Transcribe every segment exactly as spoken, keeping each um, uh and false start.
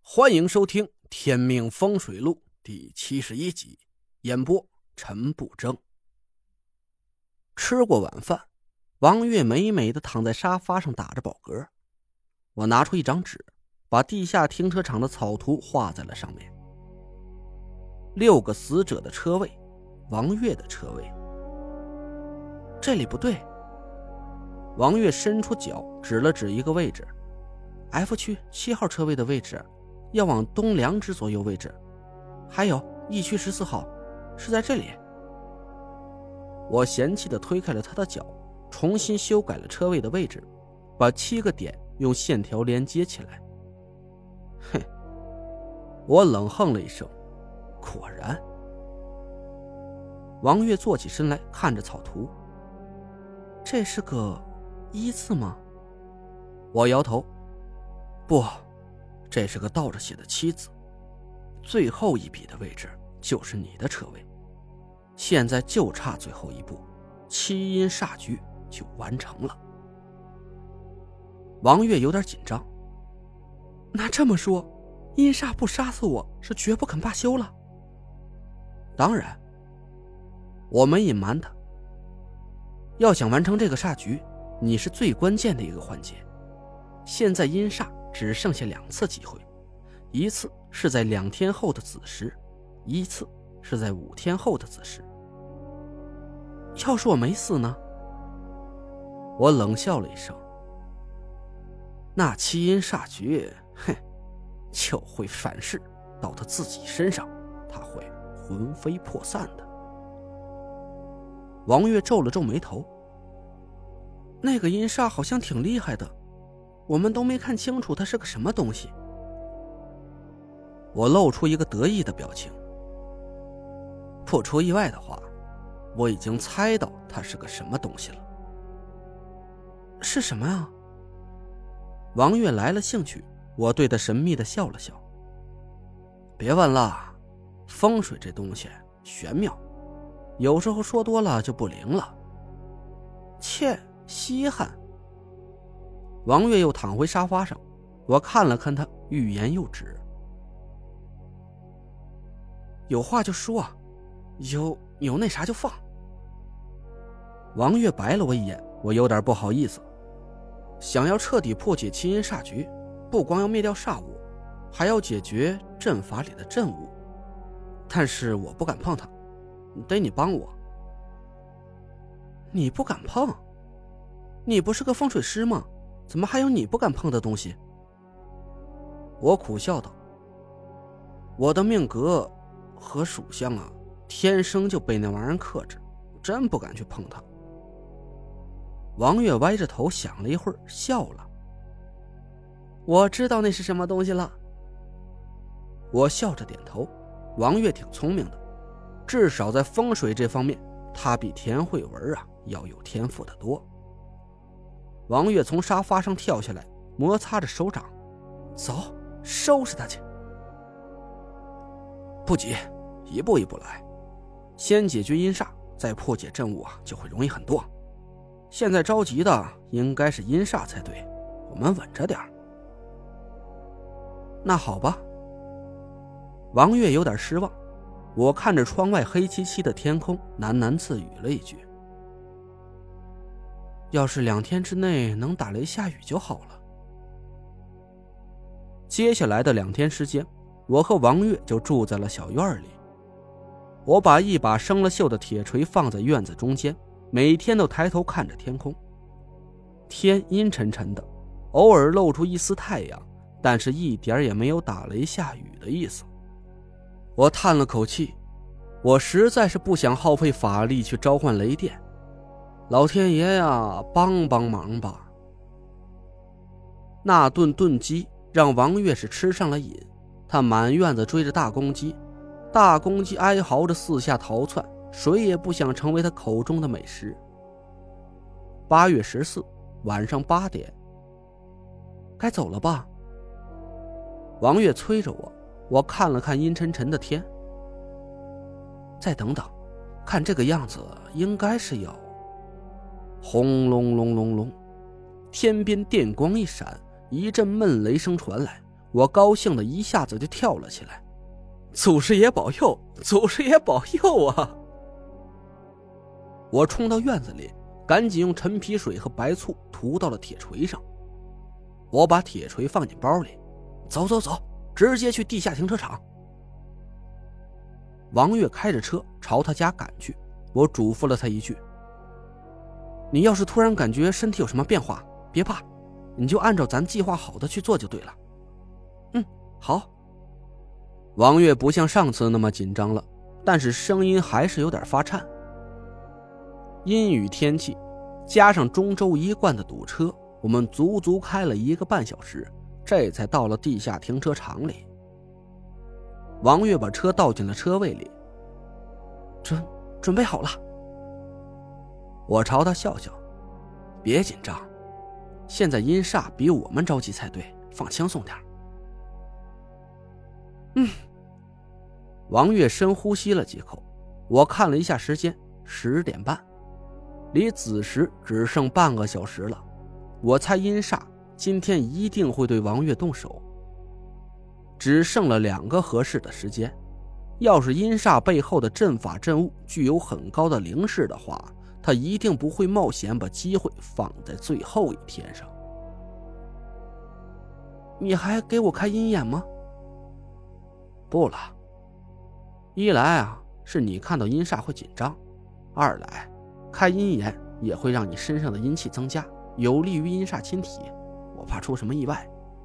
欢迎收听《天命风水录》第七十一集，演播陈不争。吃过晚饭，王月美美的躺在沙发上打着饱嗝。我拿出一张纸，把地下停车场的草图画在了上面。六个死者的车位，王月的车位。这里不对。王月伸出脚指了指一个位置， F 区七号车位的位置要往东两指左右位置，还有 E 区十四号是在这里。我嫌弃地推开了他的脚，重新修改了车位的位置，把七个点用线条连接起来。哼，我冷哼了一声，果然。王月坐起身来，看着草图，这是个一字吗？我摇头，不，这是个倒着写的七字，最后一笔的位置就是你的车位，现在就差最后一步，七阴煞局就完成了。王月有点紧张，那这么说，阴煞不杀死我是绝不肯罢休了？当然，我没隐瞒他，要想完成这个煞局，你是最关键的一个环节。现在阴煞只剩下两次机会，一次是在两天后的子时，一次是在五天后的子时。要是我没死呢？我冷笑了一声，那七阴煞局，哼，就会反噬到他自己身上，他会魂飞魄散的。王月皱了皱眉头，那个阴煞好像挺厉害的，我们都没看清楚它是个什么东西。我露出一个得意的表情，不出意外的话，我已经猜到它是个什么东西了。是什么啊？王月来了兴趣，我对他神秘地笑了笑。别问了，风水这东西玄妙，有时候说多了就不灵了。切，稀罕。王月又躺回沙发上，我看了看他，欲言又止。有话就说，有有那啥就放。王月白了我一眼，我有点不好意思。想要彻底破解七阴煞局，不光要灭掉煞物，还要解决阵法里的阵物。但是我不敢碰它，得你帮我。你不敢碰？你不是个风水师吗？怎么还有你不敢碰的东西？我苦笑道，我的命格和属相啊，天生就被那玩意儿克制，真不敢去碰它。王月歪着头想了一会儿，笑了。我知道那是什么东西了。我笑着点头，王月挺聪明的，至少在风水这方面，他比田慧文啊要有天赋的多。王月从沙发上跳下来，摩擦着手掌，走，收拾他去。不急，一步一步来，先解决阴煞，再破解阵物啊，就会容易很多。现在着急的应该是阴煞才对，我们稳着点。那好吧。王月有点失望，我看着窗外黑漆漆的天空，喃喃自语了一句，要是两天之内能打雷下雨就好了。接下来的两天时间，我和王月就住在了小院里。我把一把生了锈的铁锤放在院子中间，每天都抬头看着天空。天阴沉沉的，偶尔露出一丝太阳，但是一点也没有打雷下雨的意思。我叹了口气，我实在是不想耗费法力去召唤雷电，老天爷呀，帮帮忙吧。那顿炖鸡让王月是吃上了瘾，他满院子追着大公鸡，大公鸡哀嚎着四下逃窜，谁也不想成为他口中的美食。八月十四晚上八点，该走了吧？王月催着我，我看了看阴沉沉的天，再等等，看这个样子应该是要……轰隆隆隆隆，天边电光一闪，一阵闷雷声传来， 我高兴的一下子就跳了起来，祖师爷保佑，祖师爷保佑啊！我冲到院子里，赶紧用陈皮水和白醋涂到了铁锤上。我把铁锤放进包里，走走走，直接去地下停车场。王月开着车朝他家赶去，我嘱咐了他一句：你要是突然感觉身体有什么变化，别怕，你就按照咱计划好的去做就对了。嗯，好。王月不像上次那么紧张了，但是声音还是有点发颤。阴雨天气加上中州一贯的堵车，我们足足开了一个半小时，这才到了地下停车场里。王月把车倒进了车位里，准准备好了。我朝他笑笑，别紧张，现在阴煞比我们着急才对，放轻松点。嗯。王月深呼吸了几口，我看了一下时间，十点半，离子时只剩半个小时了。我猜阴煞今天一定会对王月动手，只剩了两个合适的时间。要是阴煞背后的阵法阵物具有很高的灵视的话，他一定不会冒险把机会放在最后一天上。你还给我开阴眼吗？不了，一来啊是你看到阴煞会紧张，二来开阴眼也会让你身上的阴气增加，有利于阴煞侵体，我怕出什么意外。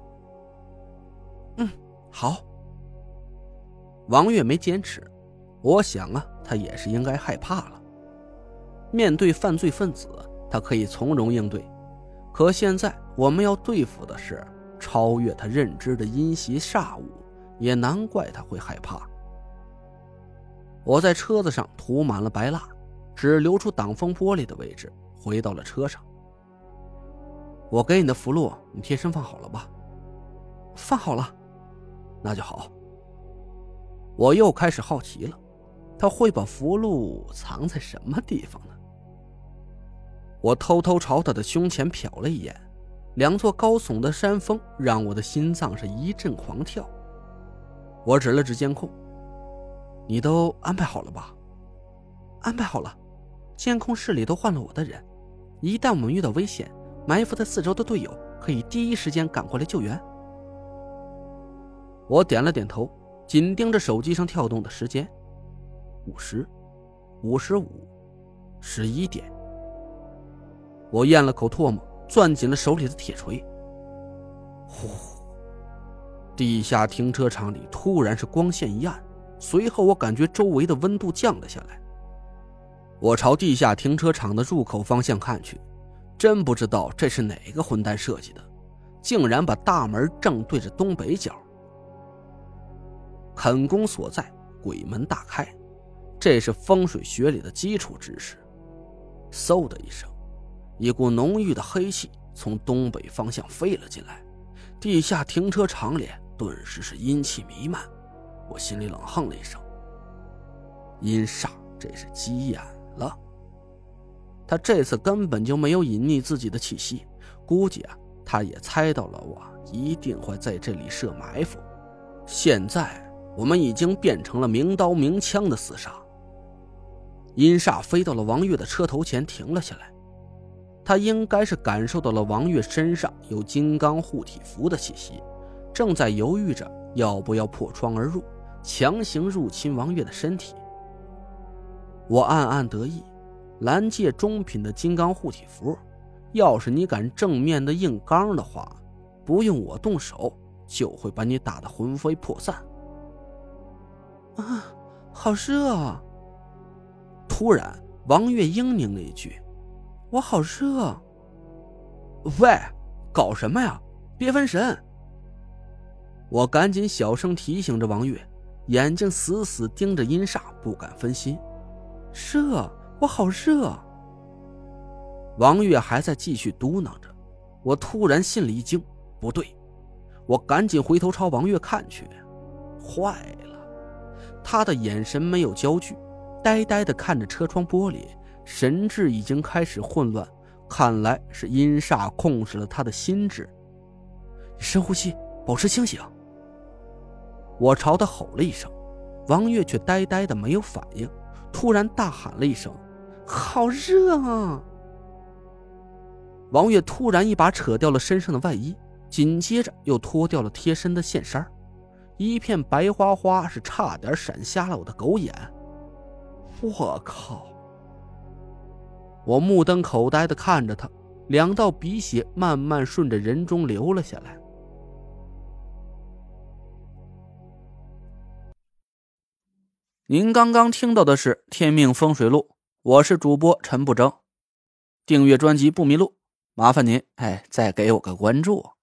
嗯，好。王月没坚持，我想啊他也是应该害怕了。面对犯罪分子他可以从容应对，可现在我们要对付的是超越他认知的阴袭煞物，也难怪他会害怕。我在车子上涂满了白蜡，只留出挡风玻璃的位置，回到了车上。我给你的符箓你贴身放好了吧？放好了。那就好。我又开始好奇了，他会把符箓藏在什么地方呢？我偷偷朝他的胸前瞟了一眼，两座高耸的山峰让我的心脏是一阵狂跳。我指了指监控，你都安排好了吧？安排好了，监控室里都换了我的人，一旦我们遇到危险，埋伏在四周的队友可以第一时间赶过来救援。我点了点头，紧盯着手机上跳动的时间，五十、五十五、十一点。我咽了口唾沫，攥紧了手里的铁锤。呼！地下停车场里突然是光线一暗，随后我感觉周围的温度降了下来。我朝地下停车场的入口方向看去，真不知道这是哪个混蛋设计的，竟然把大门正对着东北角。肯宫所在，鬼门大开，这是风水学里的基础知识。嗖的一声，一股浓郁的黑气从东北方向飞了进来，地下停车场里顿时是阴气弥漫。我心里冷哼了一声，阴煞这是急眼了。他这次根本就没有隐匿自己的气息，估计啊，他也猜到了我一定会在这里设埋伏。现在我们已经变成了明刀明枪的厮杀。阴煞飞到了王月的车头前停了下来，他应该是感受到了王月身上有金刚护体符的气息，正在犹豫着要不要破窗而入，强行入侵王月的身体。我暗暗得意，蓝界中品的金刚护体符，要是你敢正面的硬刚的话，不用我动手就会把你打得魂飞魄散。啊，好热啊！突然王月嘤咛了一句，我好热。喂，搞什么呀，别分神。我赶紧小声提醒着王月，眼睛死死盯着阴煞，不敢分心。热，我好热。王月还在继续嘟囔着，我突然心里一惊，不对，我赶紧回头朝王月看去，坏了，他的眼神没有焦距，呆呆地看着车窗玻璃，神智已经开始混乱，看来是阴煞控制了他的心智。深呼吸，保持清醒。 我朝他吼了一声，王月却呆呆的没有反应，突然大喊了一声：“好热啊！”王月突然一把扯掉了身上的外衣，紧接着又脱掉了贴身的线衫，一片白花花，是差点闪瞎了我的狗眼。我靠！我目瞪口呆地看着他，两道鼻血慢慢顺着人中流了下来。您刚刚听到的是《天命风水录》，我是主播陈不争。订阅专辑不迷路，麻烦您哎再给我个关注。